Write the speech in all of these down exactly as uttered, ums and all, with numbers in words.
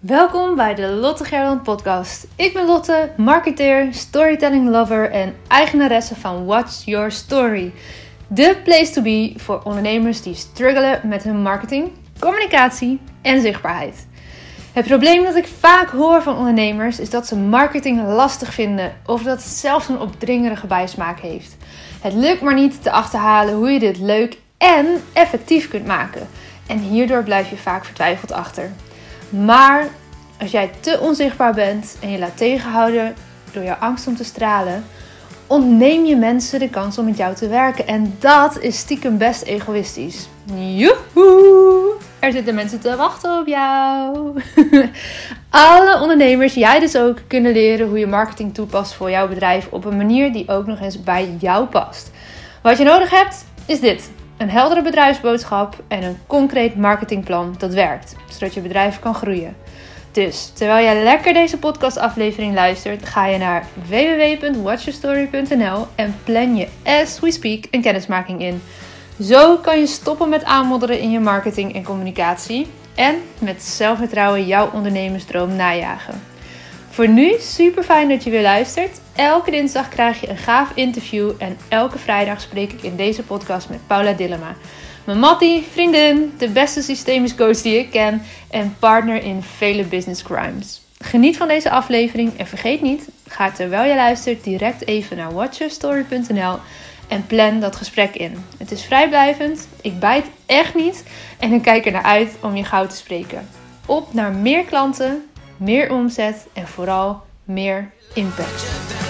Welkom bij de Lotte Gerland podcast. Ik ben Lotte, marketeer, storytelling lover en eigenaresse van What's Your Story. De place to be voor ondernemers die struggelen met hun marketing, communicatie en zichtbaarheid. Het probleem dat ik vaak hoor van ondernemers is dat ze marketing lastig vinden of dat het zelfs een opdringerige bijsmaak heeft. Het lukt maar niet te achterhalen hoe je dit leuk en effectief kunt maken. En hierdoor blijf je vaak vertwijfeld achter. Maar als jij te onzichtbaar bent en je laat tegenhouden door jouw angst om te stralen, ontneem je mensen de kans om met jou te werken. En dat is stiekem best egoïstisch. Joehoe! Er zitten mensen te wachten op jou. Alle ondernemers, jij dus ook, kunnen leren hoe je marketing toepast voor jouw bedrijf op een manier die ook nog eens bij jou past. Wat je nodig hebt, is dit. Een heldere bedrijfsboodschap en een concreet marketingplan dat werkt, zodat je bedrijf kan groeien. Dus, terwijl jij lekker deze podcastaflevering luistert, ga je naar w w w punt watch your story punt n l en plan je as we speak een kennismaking in. Zo kan je stoppen met aanmodderen in je marketing en communicatie en met zelfvertrouwen jouw ondernemersdroom najagen. Voor nu, super fijn dat je weer luistert. Elke dinsdag krijg je een gaaf interview en elke vrijdag spreek ik in deze podcast met Paula Dillema. Mijn mattie, vriendin, de beste systemisch coach die ik ken en partner in vele business crimes. Geniet van deze aflevering en vergeet niet, ga terwijl je luistert direct even naar watch your story punt n l en plan dat gesprek in. Het is vrijblijvend, ik bijt echt niet en ik kijk er naar uit om je gauw te spreken. Op naar meer klanten, meer omzet en vooral meer impact.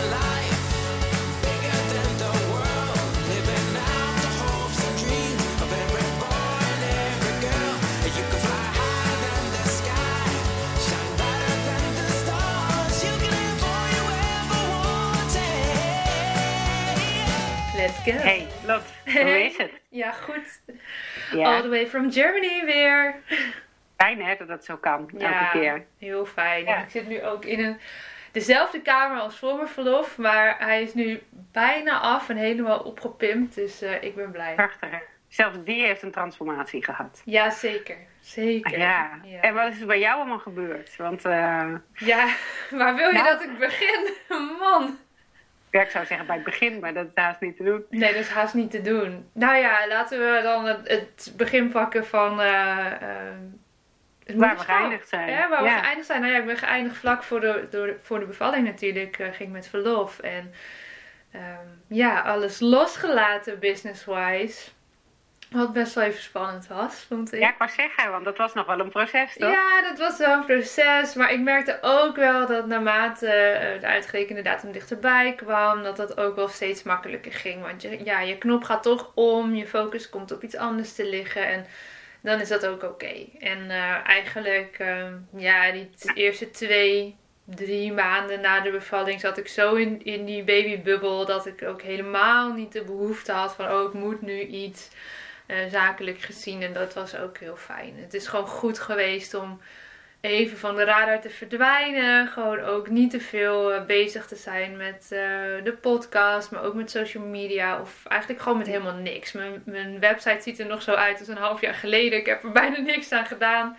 Let's go. Hey, Lot, hoe is het? Ja, goed. Ja. All the way from Germany weer. Fijn hè, dat dat zo kan, elke Ja, keer. heel fijn. Ja. Ik zit nu ook in een, dezelfde kamer als voor mijn verlof, maar hij is nu bijna af en helemaal opgepimpt, dus uh, ik ben blij. Prachtig hè? Zelfs die heeft een transformatie gehad. Ja, zeker. Zeker. Ja. Ja. En wat is er bij jou allemaal gebeurd? Want uh, Ja, waar wil je Nou. dat ik begin? Man. ja, ik zou zeggen bij het begin, maar dat is haast niet te doen. Nee, dat is haast niet te doen. Nou ja, laten we dan het, het begin pakken van uh, uh, het Waar we moederschap. geëindigd zijn. Ja, waar Ja. we geëindigd zijn. Nou ja, ik ben geëindigd vlak voor de, door, voor de bevalling natuurlijk. Uh, ging met verlof. En um, ja, alles losgelaten business-wise. Wat best wel even spannend was, vond ik. Ja, ik wou zeggen, want dat was nog wel een proces, toch? Ja, dat was wel een proces. Maar ik merkte ook wel dat naarmate uh, de uitgerekende datum dichterbij kwam, dat dat ook wel steeds makkelijker ging. Want je, ja, je knop gaat toch om, je focus komt op iets anders te liggen. En dan is dat ook oké. Okay. En uh, eigenlijk, uh, ja, die t- eerste twee, drie maanden na de bevalling zat ik zo in, in die babybubbel dat ik ook helemaal niet de behoefte had van, oh, ik moet nu iets. Uh, zakelijk gezien. En dat was ook heel fijn. Het is gewoon goed geweest om even van de radar te verdwijnen. Gewoon ook niet te veel uh, bezig te zijn met uh, de podcast. Maar ook met social media. Of eigenlijk gewoon met helemaal niks. Mijn, mijn website ziet er nog zo uit als een half jaar geleden. Ik heb er bijna niks aan gedaan.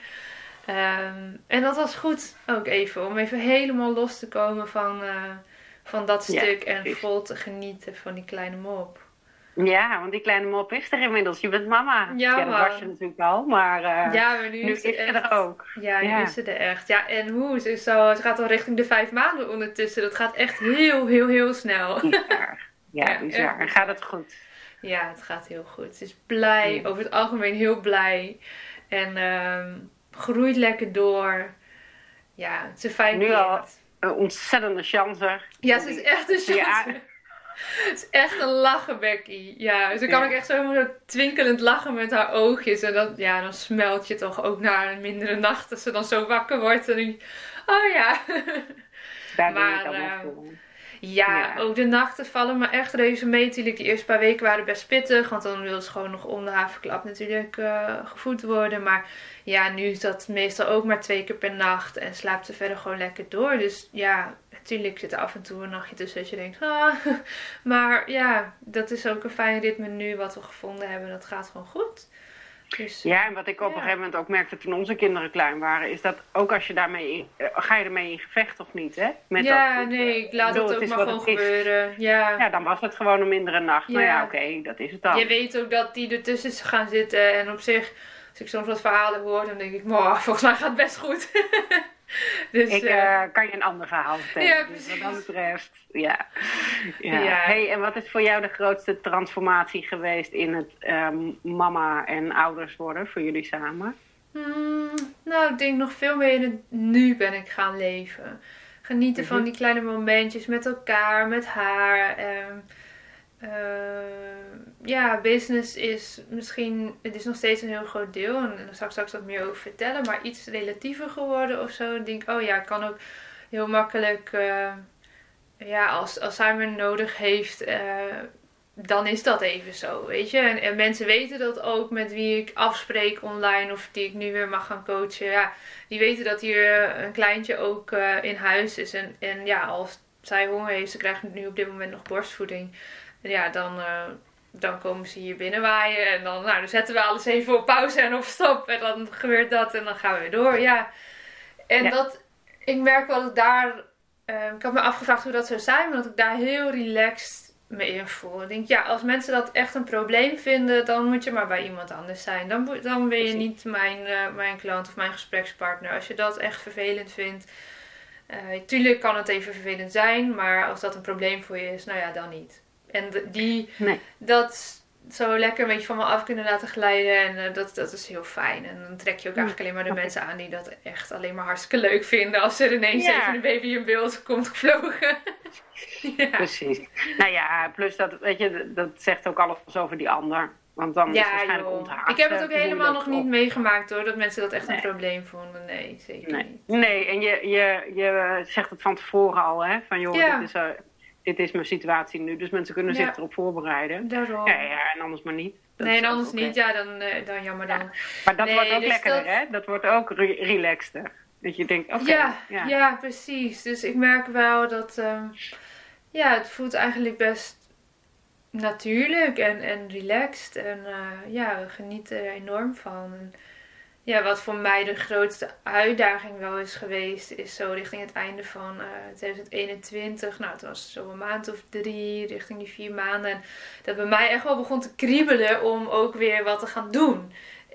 Um, en dat was goed ook even. Om even helemaal los te komen van, uh, van dat Ja, stuk. En precies. vol te genieten van die kleine mop. Ja, want die kleine mop is er inmiddels. Je bent mama. Ja, dat man. was je natuurlijk al, maar uh, Ja, maar nu, nu is is het ze echt... er ook. Ja, nu Ja. is ze er echt. Ja, en hoe? Ze, is zo, ze gaat al richting de vijf maanden ondertussen. Dat gaat echt heel, heel, heel snel. Bizar. Ja, Ja, bizar. echt En gaat het goed? Ja, het gaat heel goed. Ze is blij. Ja. Over het algemeen heel blij. En um, groeit lekker door. Ja, het is een fijn Nu kind. al een ontzettende chance. Ja, ze is echt een chance. Ja. Het is echt een lachen, Becky. Ja, ze kan Ja. ook echt zo helemaal zo twinkelend lachen met haar oogjes. En dat, ja, dan smelt je toch ook naar een mindere nacht als ze dan zo wakker wordt. En dan denk je, oh ja. Daar doe je Maar, het allemaal uh, voor. Ja, Ja. ook de nachten vallen me echt reuze mee. Natuurlijk, de eerste paar weken waren best pittig. Want dan wil ze gewoon nog om de haverklap natuurlijk uh, gevoed worden. Maar ja, nu is dat meestal ook maar twee keer per nacht. En slaapt ze verder gewoon lekker door. Dus ja, natuurlijk zit er af en toe een nachtje tussen dat je denkt, ah. Maar ja, dat is ook een fijn ritme nu wat we gevonden hebben. Dat gaat gewoon goed. Dus, ja, en wat ik op ja. een gegeven moment ook merkte toen onze kinderen klein waren, is dat ook als je daarmee, in, uh, ga je ermee in gevecht of niet, hè? Met ja, dat, nee, ik laat bedoel, het ook is maar wat gewoon het is. gebeuren. Ja. Ja, dan was het gewoon een mindere nacht. Ja. Nou ja, oké, okay, dat is het dan. Je weet ook dat die ertussen is gaan zitten en op zich, als ik soms wat verhalen hoor, dan denk ik, wow, volgens mij gaat het best goed. Dus, ik uh, uh, kan je een ander verhaal vertellen. Ja, dus wat dat betreft, ja. ja. ja. Hey, en wat is voor jou de grootste transformatie geweest in het um, mama en ouders worden voor jullie samen? Hmm, nou, ik denk nog veel meer in het nu ben ik gaan leven. Genieten mm-hmm. van die kleine momentjes met elkaar, met haar. Um, uh, ja, business is misschien, het is nog steeds een heel groot deel. En daar zal ik straks wat meer over vertellen. Maar iets relatiever geworden of zo. Ik denk, oh ja, ik kan ook heel makkelijk, uh, ja, als, als zij me nodig heeft, uh, dan is dat even zo, weet je. En, en mensen weten dat ook met wie ik afspreek online of die ik nu weer mag gaan coachen. Ja, die weten dat hier een kleintje ook uh, in huis is. En, en ja, als zij honger heeft, ze krijgt nu op dit moment nog borstvoeding. En ja, dan, uh, dan komen ze hier binnenwaaien. En dan, nou, dan zetten we alles even op pauze en op stop. En dan gebeurt dat en dan gaan we weer door, ja. En ja. dat, ik merk wel dat daar, uh, ik had me afgevraagd hoe dat zou zijn, maar dat ik daar heel relaxed me in voel. Ik denk, ja, als mensen dat echt een probleem vinden, dan moet je maar bij iemand anders zijn. Dan, dan ben je niet mijn, uh, mijn klant of mijn gesprekspartner. Als je dat echt vervelend vindt. Uh, tuurlijk kan het even vervelend zijn, maar als dat een probleem voor je is, nou ja, dan niet. En de, die, nee. dat zo lekker een beetje van me af kunnen laten glijden. En uh, dat, dat is heel fijn. En dan trek je ook eigenlijk alleen maar de okay. mensen aan die dat echt alleen maar hartstikke leuk vinden. Als er ineens ja. even een baby in beeld komt gevlogen. Ja. Precies. Nou ja, plus dat, weet je, dat zegt ook alles over die ander. Want dan ja, is waarschijnlijk onthaast. Ik heb het ook helemaal nog niet op. meegemaakt hoor, dat mensen dat echt nee. een probleem vonden. Nee, zeker nee. niet. Nee, en je, je, je zegt het van tevoren al, hè? Van joh, ja. dit, is, uh, dit is mijn situatie nu. Dus mensen kunnen ja. zich erop voorbereiden. Daarom. Ja, ja, en anders maar niet. Dat nee, en anders okay. niet. Ja, dan, uh, dan jammer dan. Ja. Maar dat nee, wordt ook dus lekkerder, dat... hè? Dat wordt ook re- relaxter. Dat je denkt, oké. Okay, ja, ja. ja, precies. Dus ik merk wel dat... Um, ja, het voelt eigenlijk best natuurlijk en, en relaxed. En uh, ja, we genieten er enorm van. En ja, wat voor mij de grootste uitdaging wel is geweest, is zo richting het einde van uh, twintig eenentwintig. Nou, het was zo een maand of drie, richting die vier maanden. En dat bij mij echt wel begon te kriebelen om ook weer wat te gaan doen.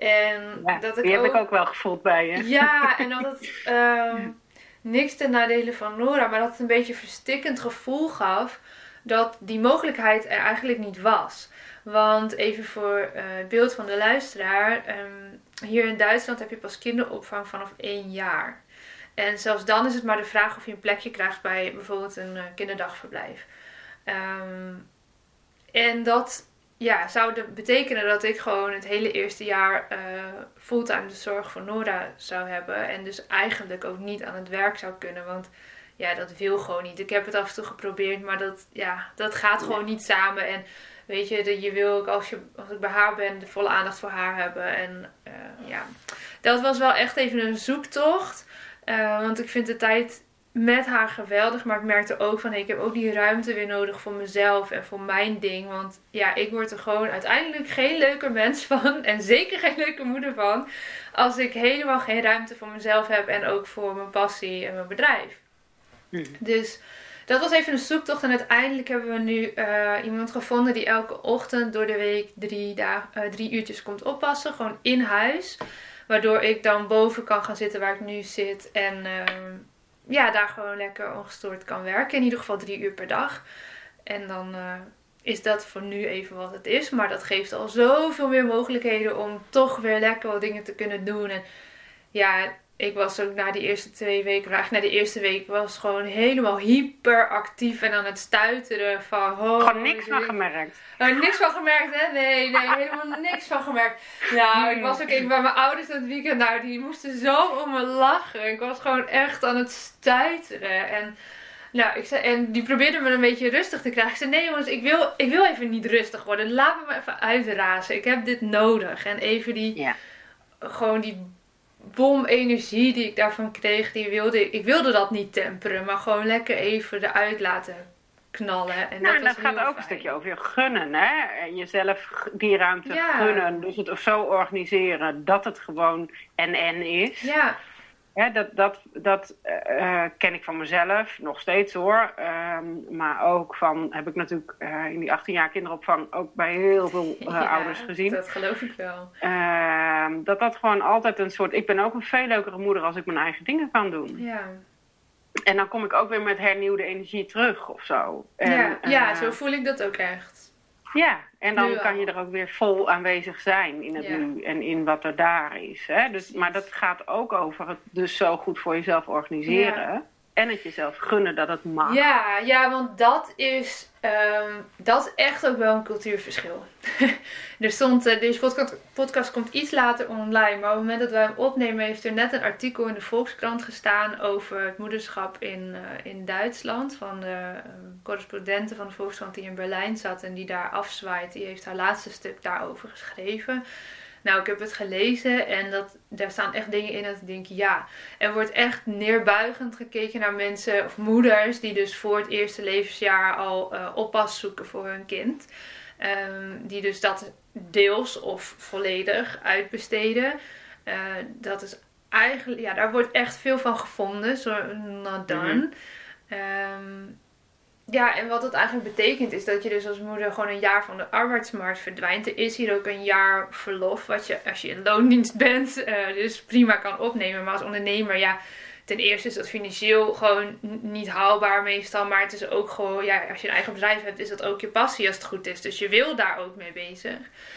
En ja, dat ik die ook, heb ik ook wel gevoeld bij je. Ja, en dat het... Um, niks ten nadele van Nora, maar dat het een beetje een verstikkend gevoel gaf dat die mogelijkheid er eigenlijk niet was. Want even voor uh, het beeld van de luisteraar, um, hier in Duitsland heb je pas kinderopvang vanaf één jaar. En zelfs dan is het maar de vraag of je een plekje krijgt bij bijvoorbeeld een uh, kinderdagverblijf. Um, en dat ja, zou de, betekenen dat ik gewoon het hele eerste jaar uh, fulltime de zorg voor Nora zou hebben. En dus eigenlijk ook niet aan het werk zou kunnen. Want ja, dat wil gewoon niet. Ik heb het af en toe geprobeerd, maar dat, ja, dat gaat gewoon niet samen. En weet je, je wil ook als, je, als ik bij haar ben de volle aandacht voor haar hebben. En uh, ja, dat was wel echt even een zoektocht. Uh, want ik vind de tijd met haar geweldig, maar ik merkte ook van hey, ik heb ook die ruimte weer nodig voor mezelf en voor mijn ding. Want ja, ik word er gewoon uiteindelijk geen leuke mens van en zeker geen leuke moeder van als ik helemaal geen ruimte voor mezelf heb en ook voor mijn passie en mijn bedrijf. Hmm. Dus dat was even een zoektocht en uiteindelijk hebben we nu uh, iemand gevonden die elke ochtend door de week drie, dagen, uh, drie uurtjes komt oppassen, gewoon in huis. Waardoor ik dan boven kan gaan zitten waar ik nu zit en uh, ja, daar gewoon lekker ongestoord kan werken. In ieder geval drie uur per dag. En dan uh, is dat voor nu even wat het is. Maar dat geeft al zoveel meer mogelijkheden om toch weer lekker wat dingen te kunnen doen. En ja, ik was ook na die eerste twee weken, eigenlijk na de eerste week, was gewoon helemaal hyperactief en aan het stuiteren van... Oh, gewoon niks van gemerkt. Nou, niks van gemerkt, hè? Nee, nee, helemaal niks van gemerkt. Nou, ik was ook even bij mijn ouders dat weekend. Nou, die moesten zo om me lachen. Ik was gewoon echt aan het stuiteren. En, nou, ik zei, en die probeerden me een beetje rustig te krijgen. Ik zei, nee jongens, ik wil, ik wil even niet rustig worden. Laat me maar even uitrazen. Ik heb dit nodig. En even die, ja. gewoon die bom energie die ik daarvan kreeg, die wilde, ik wilde dat niet temperen. Maar gewoon lekker even eruit laten knallen. En nou, dat, en dat was gaat heel ook fijn. een stukje over je gunnen, hè? En jezelf die ruimte Ja. gunnen. Dus het zo organiseren dat het gewoon en-en is. Ja, Hè, dat dat, dat uh, ken ik van mezelf, nog steeds hoor. Um, maar ook van, heb ik natuurlijk uh, in die achttien jaar kinderopvang ook bij heel veel uh, ja, ouders gezien. Dat geloof ik wel. Uh, dat dat gewoon altijd een soort... Ik ben ook een veel leukere moeder als ik mijn eigen dingen kan doen. Ja. En dan kom ik ook weer met hernieuwde energie terug of zo. En, ja, ja, uh, zo voel ik dat ook echt. Ja, en dan Nu kan al. je er ook weer vol aanwezig zijn in het Ja. nu en in wat er daar is. Hè? Dus, maar dat gaat ook over het dus zo goed voor jezelf organiseren. Ja. En het jezelf gunnen dat het mag. Ja, ja, want dat is, um, dat is echt ook wel een cultuurverschil. er stond, uh, deze podcast, podcast komt iets later online, maar op het moment dat wij hem opnemen heeft er net een artikel in de Volkskrant gestaan over het moederschap in, uh, in Duitsland. Van de uh, correspondente van de Volkskrant die in Berlijn zat en die daar afzwaait. Die heeft haar laatste stuk daarover geschreven. Nou, ik heb het gelezen en dat, daar staan echt dingen in dat ik denk, ja, er wordt echt neerbuigend gekeken naar mensen of moeders die dus voor het eerste levensjaar al uh, oppas zoeken voor hun kind. Um, die dus dat deels of volledig uitbesteden. Uh, dat is eigenlijk, ja, daar wordt echt veel van gevonden, zo not done. Mm-hmm. Um, Ja, en wat het eigenlijk betekent is dat je dus als moeder gewoon een jaar van de arbeidsmarkt verdwijnt. Er is hier ook een jaar verlof, wat je als je in loondienst bent, uh, dus prima kan opnemen. Maar als ondernemer, ja, ten eerste is dat financieel gewoon niet haalbaar meestal. Maar het is ook gewoon, ja, als je een eigen bedrijf hebt, is dat ook je passie als het goed is. Dus je wil daar ook mee bezig.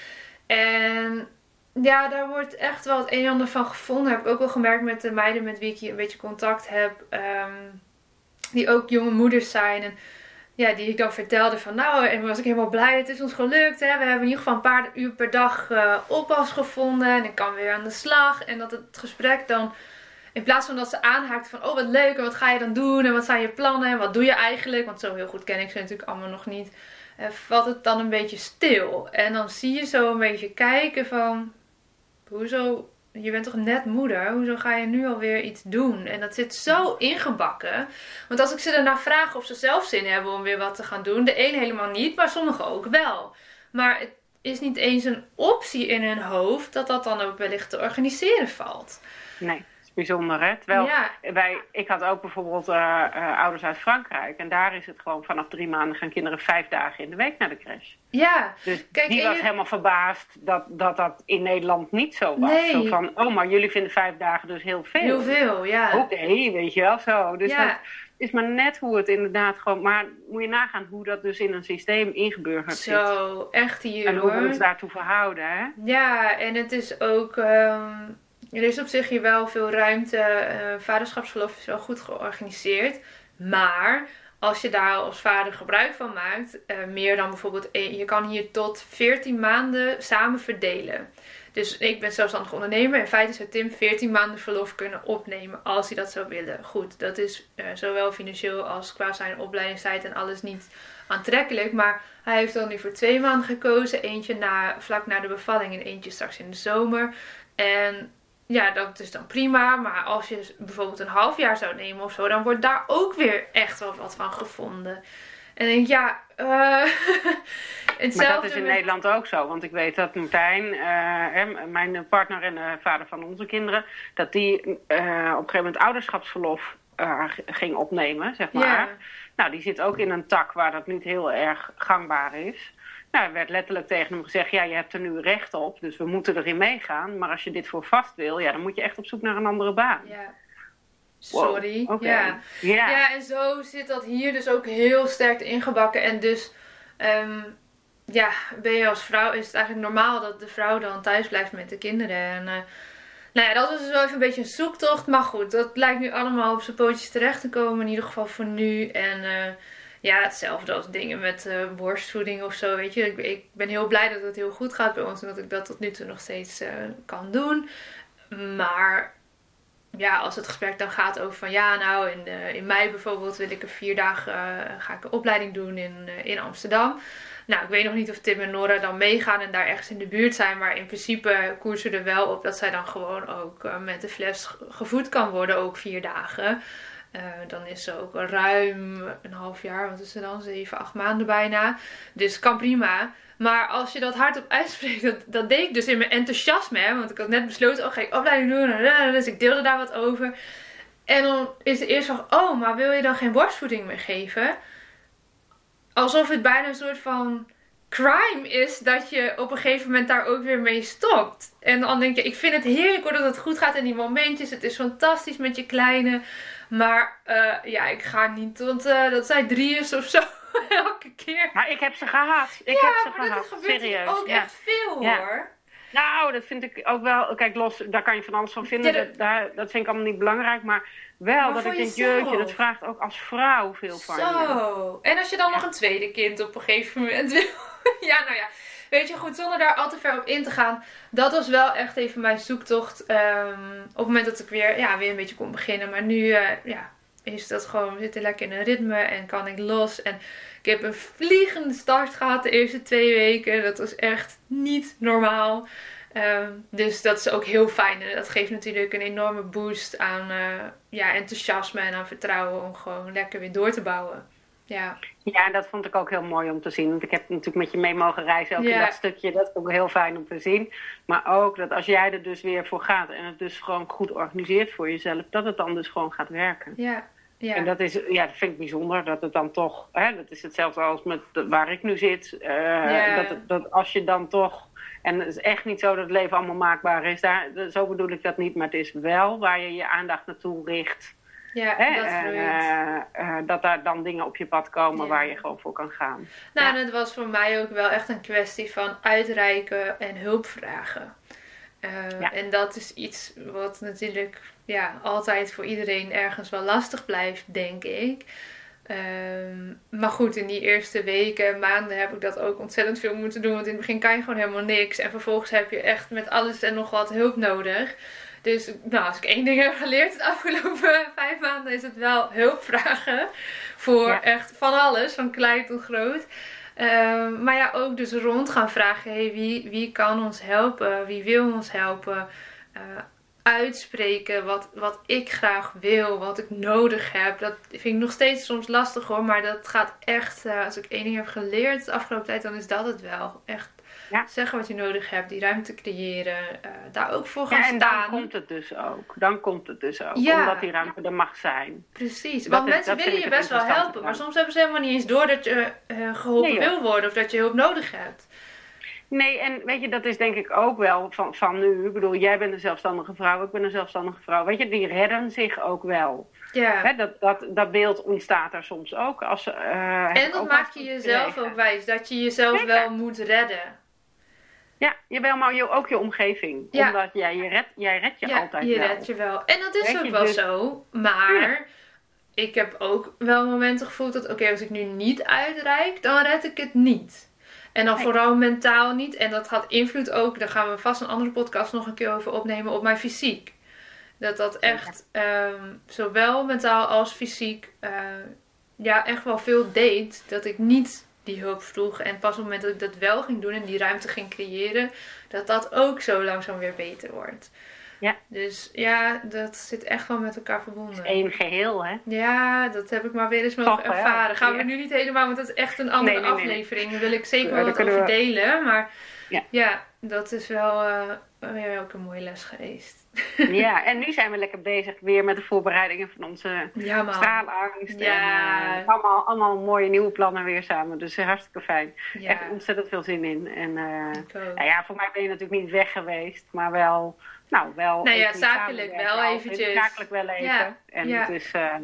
En ja, daar wordt echt wel het een en ander van gevonden. Heb ik ook wel gemerkt met de meiden met wie ik hier een beetje contact heb. Um, die ook jonge moeders zijn. En ja, die ik dan vertelde van nou, en was ik helemaal blij, het is ons gelukt. Hè? We hebben in ieder geval een paar uur per dag uh, oppas gevonden. En ik kan weer aan de slag. En dat het gesprek dan, in plaats van dat ze aanhaakt van oh wat leuk, en wat ga je dan doen? En wat zijn je plannen? En wat doe je eigenlijk? Want zo heel goed ken ik ze natuurlijk allemaal nog niet. Uh, valt het dan een beetje stil. En dan zie je zo een beetje kijken van, hoezo... Je bent toch net moeder? Hoezo ga je nu alweer iets doen? En dat zit zo ingebakken. Want als ik ze daarna vraag of ze zelf zin hebben om weer wat te gaan doen. De een helemaal niet, maar sommigen ook wel. Maar het is niet eens een optie in hun hoofd dat dat dan ook wellicht te organiseren valt. Nee. Bijzonder, hè? Terwijl ja. wij, ik had ook bijvoorbeeld uh, uh, ouders uit Frankrijk. En daar is het gewoon vanaf drie maanden gaan kinderen vijf dagen in de week naar de crash. Ja. Dus Kijk, die was je... helemaal verbaasd dat, dat dat in Nederland niet zo was. Nee. Zo van, oh, maar jullie vinden vijf dagen dus heel veel. Heel veel, ja. Oké, okay, weet je wel, zo. Dus ja. dat is maar net hoe het inderdaad gewoon... Maar moet je nagaan hoe dat dus in een systeem ingeburgerd zit. Zo, echt hier, en hoe hoor. we ons daartoe verhouden, hè? Ja, en het is ook... Um... Er is op zich hier wel veel ruimte. Uh, vaderschapsverlof is wel goed georganiseerd. Maar als je daar als vader gebruik van maakt, uh, meer dan bijvoorbeeld, een, je kan hier tot veertien maanden samen verdelen. Dus ik ben zelfstandig ondernemer. In feite zou Tim veertien maanden verlof kunnen opnemen als hij dat zou willen. Goed, dat is uh, zowel financieel als qua zijn opleidingstijd en alles niet aantrekkelijk. Maar hij heeft dan nu voor twee maanden gekozen. Eentje na, vlak na de bevalling en eentje straks in de zomer. En ja, dat is dan prima. Maar als je bijvoorbeeld een half jaar zou nemen of zo, dan wordt daar ook weer echt wel wat van gevonden. En dan denk ik, ja... Uh, maar dat is in met... Nederland ook zo. Want ik weet dat Martijn, uh, mijn partner en de vader van onze kinderen, dat die uh, op een gegeven moment ouderschapsverlof uh, ging opnemen, zeg maar. Yeah. Nou, die zit ook in een tak waar dat niet heel erg gangbaar is. Nou, er werd letterlijk tegen hem gezegd, ja, je hebt er nu recht op, dus we moeten erin meegaan. Maar als je dit voor vast wil, ja, dan moet je echt op zoek naar een andere baan. Ja. Sorry. Wow. Okay. Ja. Ja. ja, en zo zit dat hier dus ook heel sterk ingebakken. En dus, um, ja, ben je als vrouw, is het eigenlijk normaal dat de vrouw dan thuis blijft met de kinderen. En uh, nou ja, dat was dus wel even een beetje een zoektocht. Maar goed, dat lijkt nu allemaal op zijn pootjes terecht te komen, in ieder geval voor nu. En uh, ja, hetzelfde als dingen met uh, borstvoeding of zo, weet je. Ik, ik ben heel blij dat het heel goed gaat bij ons en dat ik dat tot nu toe nog steeds uh, kan doen. Maar ja, als het gesprek dan gaat over van ja, nou in, uh, in mei bijvoorbeeld wil ik er vier dagen, uh, ga ik een opleiding doen in, uh, in Amsterdam. Nou, ik weet nog niet of Tim en Nora dan meegaan en daar ergens in de buurt zijn. Maar in principe koersen we er wel op dat zij dan gewoon ook uh, met de fles gevoed kan worden, ook vier dagen. Uh, dan is ze ook al ruim een half jaar, wat is ze dan? Zeven, acht maanden bijna. Dus kan prima. Maar als je dat hardop uitspreekt, dat, dat deed ik dus in mijn enthousiasme. Hè? Want ik had net besloten, oh ga ik opleiding doen. Dus ik deelde daar wat over. En dan is het eerst van, oh, maar wil je dan geen borstvoeding meer geven? Alsof het bijna een soort van crime is dat je op een gegeven moment daar ook weer mee stopt. En dan denk je, ik vind het heerlijk hoor dat het goed gaat in die momentjes. Het is fantastisch met je kleine. Maar uh, ja, ik ga niet tot uh, dat zij drie is of zo. Elke keer. Maar ik heb ze gehad. Ik ja, heb ze maar gehad. dat gebeurt serieus. ook ja. echt veel ja. hoor. Nou, dat vind ik ook wel. Kijk, los, daar kan je van alles van vinden. Ja, dat, dat, dat vind ik allemaal niet belangrijk. Maar wel maar dat ik denk, jeetje, dat vraagt ook als vrouw veel van Zo. je. Zo. En als je dan ja. nog een tweede kind op een gegeven moment wil. Ja, nou ja. Weet je, goed, zonder daar al te ver op in te gaan. Dat was wel echt even mijn zoektocht. Um, op het moment dat ik weer, ja, weer een beetje kon beginnen. Maar nu, uh, ja, is dat gewoon, we zitten lekker in een ritme en kan ik los. En ik heb een vliegende start gehad de eerste twee weken. Dat was echt niet normaal. Um, dus dat is ook heel fijn. En dat geeft natuurlijk een enorme boost aan uh, ja, enthousiasme en aan vertrouwen om gewoon lekker weer door te bouwen. Ja. Ja, en dat vond ik ook heel mooi om te zien. Want ik heb natuurlijk met je mee mogen reizen ook ja. in dat stukje. Dat is ook heel fijn om te zien. Maar ook dat als jij er dus weer voor gaat en het dus gewoon goed organiseert voor jezelf, dat het dan dus gewoon gaat werken. Ja. Ja. En dat is, ja, dat vind ik bijzonder, dat het dan toch, hè, dat is hetzelfde als met waar ik nu zit. Uh, ja. dat, dat als je dan toch, en het is echt niet zo dat het leven allemaal maakbaar is, daar, zo bedoel ik dat niet, maar het is wel waar je je aandacht naartoe richt. Ja, hè, dat uh, uh, dat daar dan dingen op je pad komen ja. waar je gewoon voor kan gaan. Nou, ja. en het was voor mij ook wel echt een kwestie van uitreiken en hulp vragen. Uh, ja. En dat is iets wat natuurlijk ja, altijd voor iedereen ergens wel lastig blijft, denk ik. Um, maar goed, in die eerste weken en maanden heb ik dat ook ontzettend veel moeten doen. Want in het begin kan je gewoon helemaal niks. En vervolgens heb je echt met alles en nog wat hulp nodig. Dus nou, als ik één ding heb geleerd de afgelopen vijf maanden is het wel hulp vragen. Voor ja. echt van alles, van klein tot groot. Um, maar ja, ook dus rond gaan vragen. Hey, wie, wie kan ons helpen? Wie wil ons helpen? Uh, uitspreken wat, wat ik graag wil. Wat ik nodig heb. Dat vind ik nog steeds soms lastig hoor. Maar dat gaat echt, uh, als ik één ding heb geleerd de afgelopen tijd, dan is dat het wel. Echt ja. zeggen wat je nodig hebt. Die ruimte creëren. Uh, daar ook voor gaan ja, en staan. dan komt het dus ook. Dan komt het dus ook. Ja. Omdat die ruimte er mag zijn. Precies. Dat Want is, mensen willen je best wel helpen. Plan. Maar soms hebben ze helemaal niet eens door dat je uh, geholpen nee, wil worden. Of dat je hulp nodig hebt. Nee, en weet je, dat is denk ik ook wel van, van nu. Ik bedoel, jij bent een zelfstandige vrouw. Ik ben een zelfstandige vrouw. Weet je, die redden zich ook wel. Ja. Hè, dat, dat, dat beeld ontstaat er soms ook. Als, uh, en dat maak je jezelf ook wijs. Dat je jezelf ja. wel moet redden. Ja, je wel, maar je, ook je omgeving. Ja. Omdat jij je redt, jij redt je ja, altijd je wel. redt je wel. En dat is Red ook wel dus... zo. Maar ja. ik heb ook wel momenten gevoeld dat... Oké, okay, als ik nu niet uitreik, dan red ik het niet. En dan nee. vooral mentaal niet. En dat had invloed ook, daar gaan we vast een andere podcast nog een keer over opnemen, op mijn fysiek. Dat dat echt, um, zowel mentaal als fysiek, uh, ja, echt wel veel deed. Dat ik niet die hulp vroeg. En pas op het moment dat ik dat wel ging doen en die ruimte ging creëren, dat dat ook zo langzaam weer beter wordt. Ja. Dus ja, dat zit echt wel met elkaar verbonden. Het is één geheel, hè? Ja, dat heb ik maar weer eens mogen Toch, ervaren. Ja. Gaan we ja. nu niet helemaal, want dat is echt een andere nee, nee, aflevering. Daar wil ik zeker wel wat over we... delen. Maar ja. ja, dat is wel uh, ook een mooie les geweest. Ja, en nu zijn we lekker bezig weer met de voorbereidingen van onze ja, straalangst. Ja. En uh, allemaal, allemaal mooie nieuwe plannen weer samen. Dus uh, hartstikke fijn. Ja. Echt ontzettend veel zin in. En uh, nou ja, voor mij ben je natuurlijk niet weg geweest, maar wel... Nou, wel nou ja, zakelijk wel eventjes. Zakelijk wel even. Ja, en ja. het is, uh,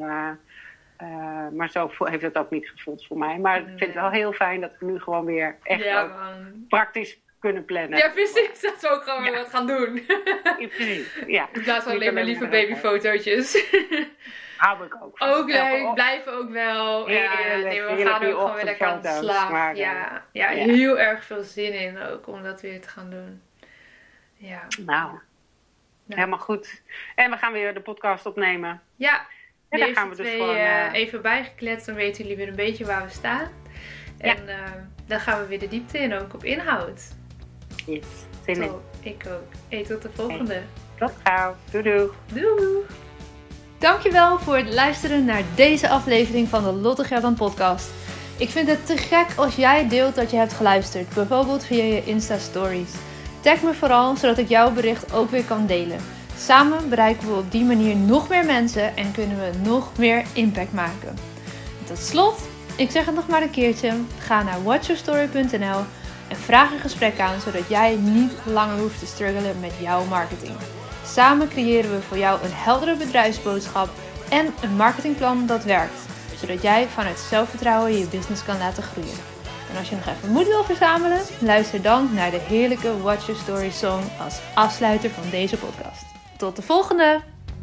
uh, maar zo heeft het ook niet gevoeld voor mij. Maar nee. Ik vind het wel heel fijn dat we nu gewoon weer echt ja, ook praktisch kunnen plannen. Ja, precies. Dat we ook gewoon ja. weer wat gaan doen. Ja, precies, ja. In plaats van alleen maar lieve babyfotootjes. Hou ik ook van. Ook leuk, ja, blijven ook wel. Ja, nee, we gaan ook gewoon weer lekker aan de slag. Maar, ja, ja, ja, heel erg veel zin in ook om dat weer te gaan doen. Ja. Nou... Nou. Helemaal goed. En we gaan weer de podcast opnemen. Ja, en daar gaan we dus twee, gewoon... Uh, even bijgekletst, dan weten jullie weer een beetje waar we staan. En ja. uh, dan gaan we weer de diepte in, ook op inhoud. Yes, zin in. Ik ook. Hey, tot de volgende. Hey. Tot gauw. Doei doei. Doei. Dankjewel voor het luisteren naar deze aflevering van de Lotte Gerdan podcast. Ik vind het te gek als jij deelt dat je hebt geluisterd, bijvoorbeeld via je Insta-stories. Tag me vooral, zodat ik jouw bericht ook weer kan delen. Samen bereiken we op die manier nog meer mensen en kunnen we nog meer impact maken. Tot slot, ik zeg het nog maar een keertje, ga naar watch your story punt n l en vraag een gesprek aan, zodat jij niet langer hoeft te struggelen met jouw marketing. Samen creëren we voor jou een heldere bedrijfsboodschap en een marketingplan dat werkt, zodat jij vanuit zelfvertrouwen je business kan laten groeien. En als je nog even moed wil verzamelen, luister dan naar de heerlijke Watch Your Story song als afsluiter van deze podcast. Tot de volgende!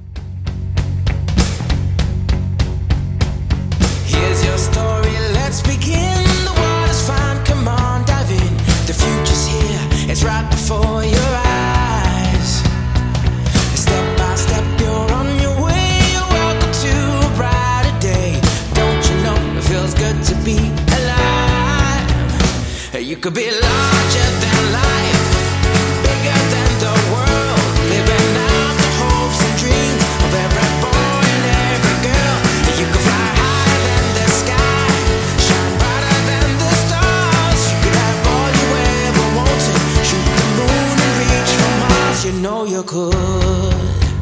Here's your story, let's begin. The water's fine, come on, dive in. The future's here, it's right before your eyes. Step by step, you're on your way. Welcome to a brighter day. Don't you know it feels good to be alive? You could be larger than life, bigger than the world, living out the hopes and dreams of every boy and every girl. You could fly higher than the sky, shine brighter than the stars. You could have all you ever wanted, shoot the moon and reach for Mars. You know you could.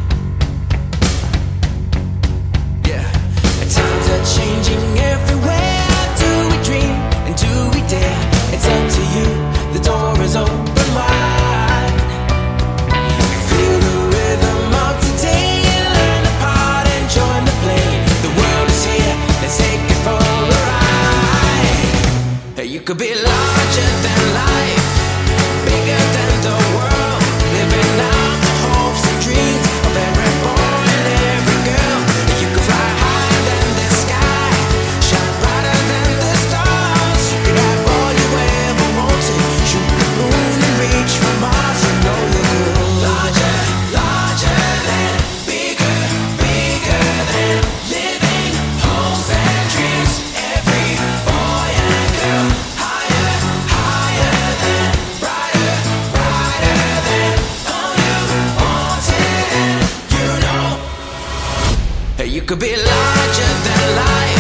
Yeah, and times are changing everywhere. Do we dream and do we dare? It's up to you, the door is open wide. Feel the rhythm of today, learn the part and join the play. The world is here, let's take it for a ride. You could be larger than life, bigger than the world, living out the hopes and dreams of every boy and every girl. You could fly higher than the sky, shine brighter than the stars. You could have all you ever wanted, shoot the moon and reach for Mars. You know you're good. Larger, larger than, bigger, bigger than, living hopes and dreams. Every boy and girl, higher, higher than, brighter, brighter than, all you wanted. And you know you could be larger than life.